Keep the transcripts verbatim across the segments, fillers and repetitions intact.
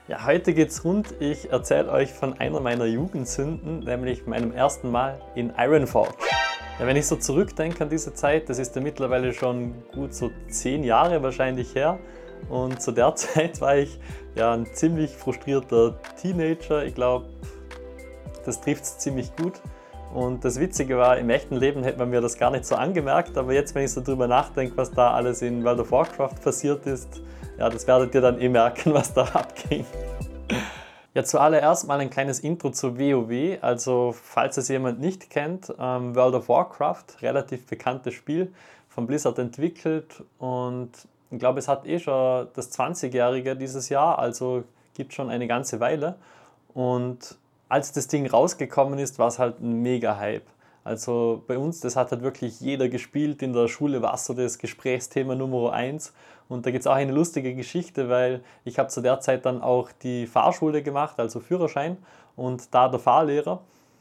Ja, heute geht's rund. Ich erzähle euch von einer meiner Jugendsünden, nämlich meinem ersten Mal in Ironforge. Ja, wenn ich so zurückdenke an diese Zeit, das ist ja mittlerweile schon gut so zehn Jahre wahrscheinlich her. Und zu der Zeit war ich ja ein ziemlich frustrierter Teenager. Ich glaube, das trifft es ziemlich gut. Und das Witzige war, im echten Leben hätte man mir das gar nicht so angemerkt, aber jetzt, wenn ich so drüber nachdenke, was da alles in World of Warcraft passiert ist, ja, das werdet ihr dann eh merken, was da abging. Ja, zuallererst mal ein kleines Intro zu WoW, also falls es jemand nicht kennt, ähm, World of Warcraft, relativ bekanntes Spiel, von Blizzard entwickelt und ich glaube, es hat eh schon das zwanzigjährige dieses Jahr, also gibt schon eine ganze Weile. Und als das Ding rausgekommen ist, war es halt ein Mega-Hype. Also bei uns, das hat halt wirklich jeder gespielt. In der Schule war es so das Gesprächsthema Nummer eins. Und da gibt es auch eine lustige Geschichte, weil ich habe zu der Zeit dann auch die Fahrschule gemacht, also Führerschein. Und da der Fahrlehrer,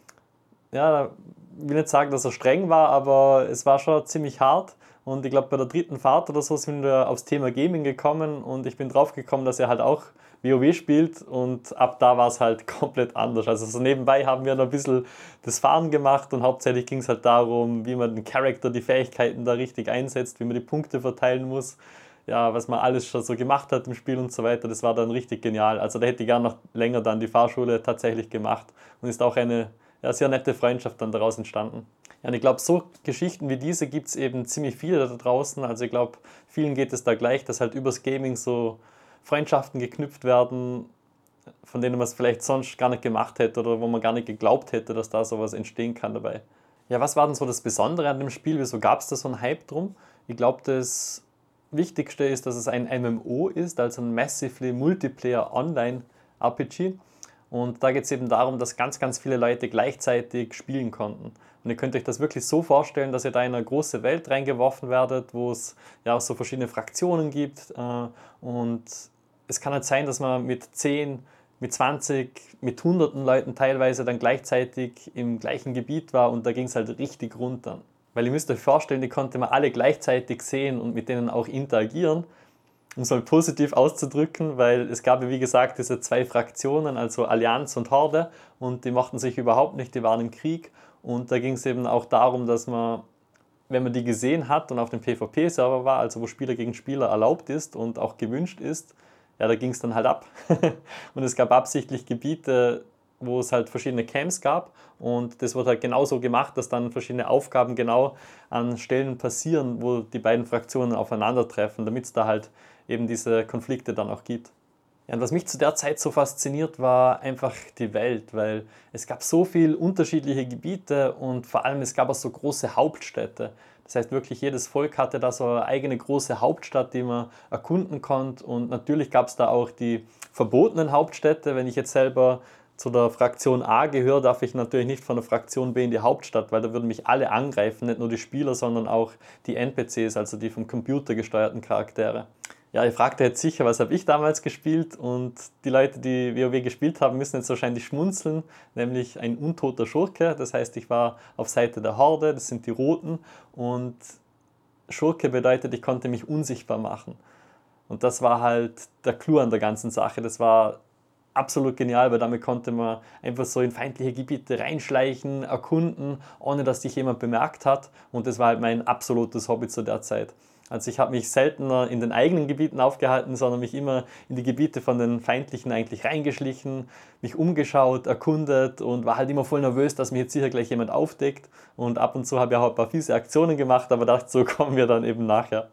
ja, ich will nicht sagen, dass er streng war, aber es war schon ziemlich hart. Und ich glaube, bei der dritten Fahrt oder so sind wir aufs Thema Gaming gekommen und ich bin drauf gekommen, dass er halt auch WoW spielt und ab da war es halt komplett anders. Also so nebenbei haben wir noch ein bisschen das Fahren gemacht und hauptsächlich ging es halt darum, wie man den Charakter, die Fähigkeiten da richtig einsetzt, wie man die Punkte verteilen muss, ja, was man alles schon so gemacht hat im Spiel und so weiter. Das war dann richtig genial. Also da hätte ich gerne noch länger dann die Fahrschule tatsächlich gemacht und ist auch eine ja, sehr nette Freundschaft dann daraus entstanden. Ja, und ich glaube, so Geschichten wie diese gibt es eben ziemlich viele da draußen. Also ich glaube, vielen geht es da gleich, dass halt übers Gaming so Freundschaften geknüpft werden, von denen man es vielleicht sonst gar nicht gemacht hätte oder wo man gar nicht geglaubt hätte, dass da sowas entstehen kann dabei. Ja, was war denn so das Besondere an dem Spiel? Wieso gab es da so einen Hype drum? Ich glaube, das Wichtigste ist, dass es ein M M O ist, also ein Massively Multiplayer Online R P G. Und da geht es eben darum, dass ganz, ganz viele Leute gleichzeitig spielen konnten. Und ihr könnt euch das wirklich so vorstellen, dass ihr da in eine große Welt reingeworfen werdet, wo es ja auch so verschiedene Fraktionen gibt. Und es kann halt sein, dass man mit zehn, mit zwanzig, mit hunderten Leuten teilweise dann gleichzeitig im gleichen Gebiet war und da ging es halt richtig runter. Weil ihr müsst euch vorstellen, die konnte man alle gleichzeitig sehen und mit denen auch interagieren, um es mal positiv auszudrücken, weil es gab ja wie gesagt diese zwei Fraktionen, also Allianz und Horde und die mochten sich überhaupt nicht, die waren im Krieg und da ging es eben auch darum, dass man, wenn man die gesehen hat und auf dem PvP-Server war, also wo Spieler gegen Spieler erlaubt ist und auch gewünscht ist, ja, da ging es dann halt ab. Und es gab absichtlich Gebiete, wo es halt verschiedene Camps gab und das wurde halt genauso gemacht, dass dann verschiedene Aufgaben genau an Stellen passieren, wo die beiden Fraktionen aufeinandertreffen, damit es da halt eben diese Konflikte dann auch gibt. Ja, und was mich zu der Zeit so fasziniert, war einfach die Welt, weil es gab so viele unterschiedliche Gebiete und vor allem es gab auch so große Hauptstädte. Das heißt wirklich, jedes Volk hatte da so eine eigene große Hauptstadt, die man erkunden konnte und natürlich gab es da auch die verbotenen Hauptstädte. Wenn ich jetzt selber zu der Fraktion A gehöre, darf ich natürlich nicht von der Fraktion B in die Hauptstadt, weil da würden mich alle angreifen, nicht nur die Spieler, sondern auch die N P Cs, also die vom Computer gesteuerten Charaktere. Ja, ihr fragt jetzt sicher, was habe ich damals gespielt und die Leute, die WoW gespielt haben, müssen jetzt wahrscheinlich schmunzeln, nämlich ein untoter Schurke, das heißt, ich war auf Seite der Horde, das sind die Roten und Schurke bedeutet, ich konnte mich unsichtbar machen und das war halt der Clou an der ganzen Sache, das war absolut genial, weil damit konnte man einfach so in feindliche Gebiete reinschleichen, erkunden, ohne dass dich jemand bemerkt hat und das war halt mein absolutes Hobby zu der Zeit. Also ich habe mich seltener in den eigenen Gebieten aufgehalten, sondern mich immer in die Gebiete von den Feindlichen eigentlich reingeschlichen, mich umgeschaut, erkundet und war halt immer voll nervös, dass mich jetzt sicher gleich jemand aufdeckt. Und ab und zu habe ich auch ein paar fiese Aktionen gemacht, aber dazu kommen wir dann eben nachher.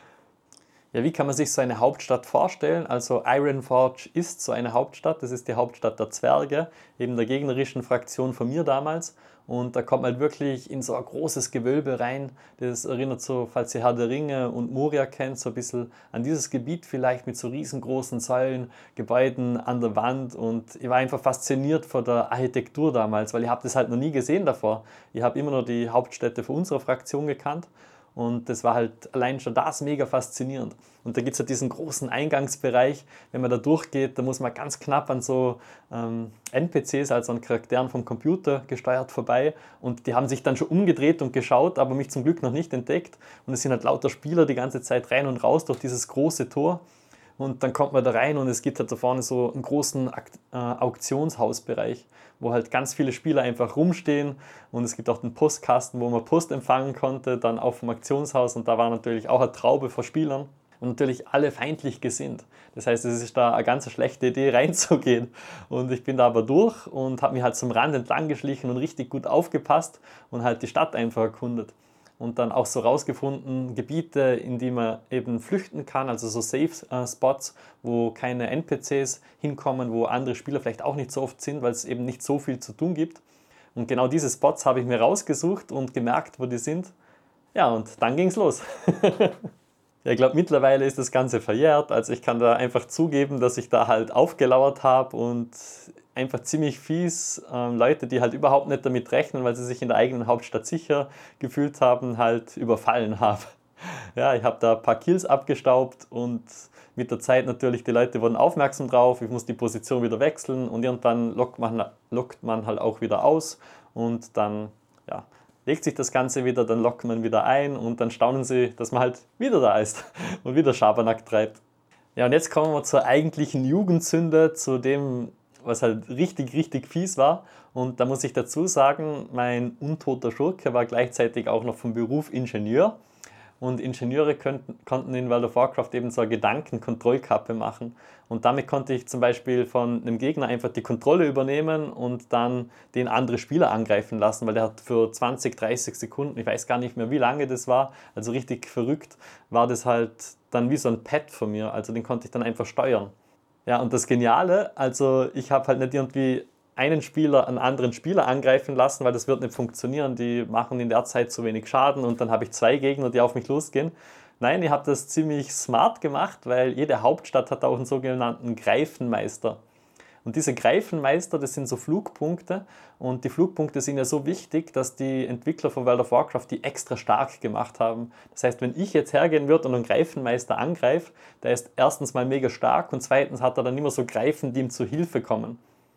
Ja, wie kann man sich so eine Hauptstadt vorstellen? Also Ironforge ist so eine Hauptstadt, das ist die Hauptstadt der Zwerge, eben der gegnerischen Fraktion von mir damals. Und da kommt man halt wirklich in so ein großes Gewölbe rein. Das erinnert so, falls ihr Herr der Ringe und Moria kennt, so ein bisschen an dieses Gebiet vielleicht mit so riesengroßen Säulen, Gebäuden an der Wand. Und ich war einfach fasziniert von der Architektur damals, weil ich habe das halt noch nie gesehen davor. Ich habe immer nur die Hauptstädte von unserer Fraktion gekannt. Und das war halt allein schon das mega faszinierend. Und da gibt es ja diesen großen Eingangsbereich, wenn man da durchgeht, da muss man ganz knapp an so ähm, N P Cs, also an Charakteren vom Computer gesteuert vorbei. Und die haben sich dann schon umgedreht und geschaut, aber mich zum Glück noch nicht entdeckt. Und es sind halt lauter Spieler die ganze Zeit rein und raus durch dieses große Tor. Und dann kommt man da rein und es gibt halt da vorne so einen großen äh, Auktionshausbereich, wo halt ganz viele Spieler einfach rumstehen und es gibt auch den Postkasten, wo man Post empfangen konnte, dann auch vom Auktionshaus und da war natürlich auch eine Traube von Spielern und natürlich alle feindlich gesinnt. Das heißt, es ist da eine ganz schlechte Idee reinzugehen und ich bin da aber durch und habe mich halt zum Rand entlang geschlichen und richtig gut aufgepasst und halt die Stadt einfach erkundet. Und dann auch so rausgefunden, Gebiete, in die man eben flüchten kann, also so Safe-Spots, wo keine N P Cs hinkommen, wo andere Spieler vielleicht auch nicht so oft sind, weil es eben nicht so viel zu tun gibt. Und genau diese Spots habe ich mir rausgesucht und gemerkt, wo die sind. Ja, und dann ging es los. Ja, ich glaube, mittlerweile ist das Ganze verjährt. Also ich kann da einfach zugeben, dass ich da halt aufgelauert habe und einfach ziemlich fies ähm, Leute, die halt überhaupt nicht damit rechnen, weil sie sich in der eigenen Hauptstadt sicher gefühlt haben, halt überfallen habe. Ja, ich habe da ein paar Kills abgestaubt und mit der Zeit natürlich, die Leute wurden aufmerksam drauf, ich muss die Position wieder wechseln und irgendwann lockt man, lockt man halt auch wieder aus und dann, ja, legt sich das Ganze wieder, dann lockt man wieder ein und dann staunen sie, dass man halt wieder da ist und wieder Schabernack treibt. Ja, und jetzt kommen wir zur eigentlichen Jugendsünde, zu dem, was halt richtig, richtig fies war. Und da muss ich dazu sagen, mein untoter Schurke war gleichzeitig auch noch vom Beruf Ingenieur. Und Ingenieure könnten, konnten in World of Warcraft eben so eine Gedankenkontrollkappe machen. Und damit konnte ich zum Beispiel von einem Gegner einfach die Kontrolle übernehmen und dann den andere Spieler angreifen lassen, weil der hat für zwanzig, dreißig Sekunden, ich weiß gar nicht mehr, wie lange das war, also richtig verrückt, war das halt dann wie so ein Pad von mir. Also den konnte ich dann einfach steuern. Ja, und das Geniale, also ich habe halt nicht irgendwie einen Spieler einen anderen Spieler angreifen lassen, weil das wird nicht funktionieren, die machen in der Zeit zu wenig Schaden und dann habe ich zwei Gegner, die auf mich losgehen. Nein, ich habe das ziemlich smart gemacht, weil jede Hauptstadt hat auch einen sogenannten Greifenmeister. Und diese Greifenmeister, das sind so Flugpunkte und die Flugpunkte sind ja so wichtig, dass die Entwickler von World of Warcraft die extra stark gemacht haben. Das heißt, wenn ich jetzt hergehen würde und einen Greifenmeister angreife, der ist erstens mal mega stark und zweitens hat er dann immer so Greifen, die ihm zu Hilfe kommen.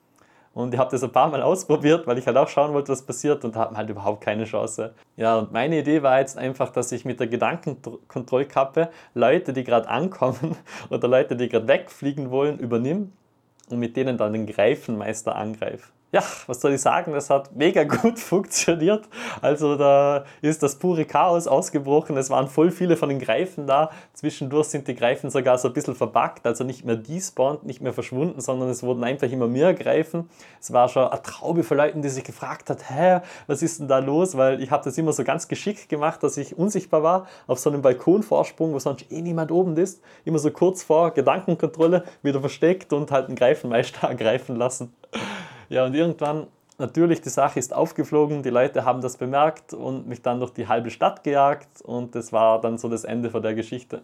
Und ich habe das ein paar Mal ausprobiert, weil ich halt auch schauen wollte, was passiert und da hat man halt überhaupt keine Chance. Ja, und meine Idee war jetzt einfach, dass ich mit der Gedankenkontrollkappe Leute, die gerade ankommen oder Leute, die gerade wegfliegen wollen, übernehme und mit denen dann den Greifenmeister angreife. Ja, was soll ich sagen, das hat mega gut funktioniert. Also da ist das pure Chaos ausgebrochen. Es waren voll viele von den Greifen da. Zwischendurch sind die Greifen sogar so ein bisschen verbuggt, also nicht mehr despawned, nicht mehr verschwunden, sondern es wurden einfach immer mehr Greifen. Es war schon eine Traube von Leuten, die sich gefragt hat, hä, was ist denn da los? Weil ich habe das immer so ganz geschickt gemacht, dass ich unsichtbar war, auf so einem Balkonvorsprung, wo sonst eh niemand oben ist. Immer so kurz vor Gedankenkontrolle, wieder versteckt und halt einen Greifenmeister angreifen lassen. Ja, und irgendwann, natürlich, die Sache ist aufgeflogen, die Leute haben das bemerkt und mich dann durch die halbe Stadt gejagt und das war dann so das Ende von der Geschichte.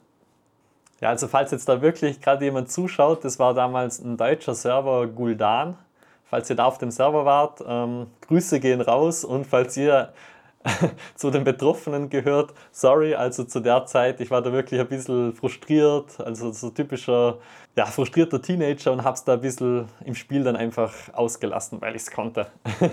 Ja, also falls jetzt da wirklich gerade jemand zuschaut, das war damals ein deutscher Server, Gul'dan. Falls ihr da auf dem Server wart, ähm, Grüße gehen raus und falls ihr zu den Betroffenen gehört, sorry, also zu der Zeit, ich war da wirklich ein bisschen frustriert, also so typischer, ja, frustrierter Teenager und hab's da ein bisschen im Spiel dann einfach ausgelassen, weil ich es konnte.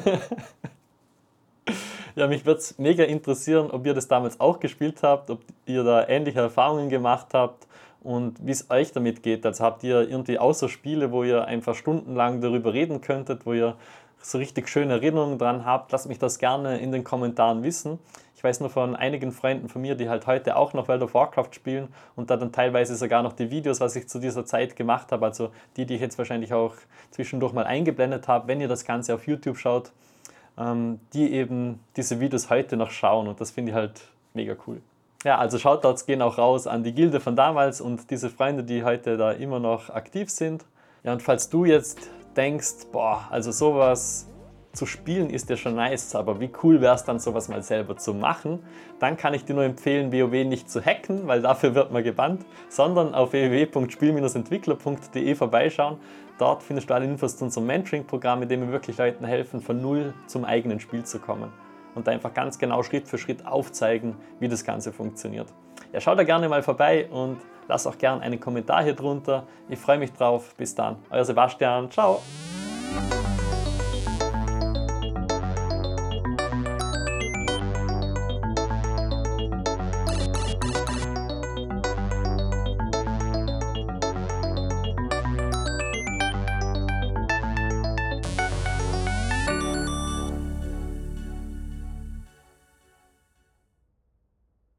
Ja, mich würde es mega interessieren, ob ihr das damals auch gespielt habt, ob ihr da ähnliche Erfahrungen gemacht habt und wie es euch damit geht. Also habt ihr irgendwie auch so Spiele, wo ihr einfach stundenlang darüber reden könntet, wo ihr so richtig schöne Erinnerungen dran habt, lasst mich das gerne in den Kommentaren wissen. Ich weiß nur von einigen Freunden von mir, die halt heute auch noch World of Warcraft spielen und da dann teilweise sogar noch die Videos, was ich zu dieser Zeit gemacht habe, also die, die ich jetzt wahrscheinlich auch zwischendurch mal eingeblendet habe, wenn ihr das Ganze auf YouTube schaut, ähm, die eben diese Videos heute noch schauen und das finde ich halt mega cool. Ja, also Shoutouts gehen auch raus an die Gilde von damals und diese Freunde, die heute da immer noch aktiv sind. Ja, und falls du jetzt denkst, boah, also sowas zu spielen ist ja schon nice, aber wie cool wäre es dann, sowas mal selber zu machen, dann kann ich dir nur empfehlen, WoW nicht zu hacken, weil dafür wird man gebannt, sondern auf w w w punkt spiel entwickler punkt de vorbeischauen. Dort findest du alle Infos zu unserem Mentoring-Programm, mit dem wir wirklich Leuten helfen, von null zum eigenen Spiel zu kommen und da einfach ganz genau Schritt für Schritt aufzeigen, wie das Ganze funktioniert. Ja, schau da gerne mal vorbei und lass auch gerne einen Kommentar hier drunter. Ich freue mich drauf. Bis dann. Euer Sebastian. Ciao.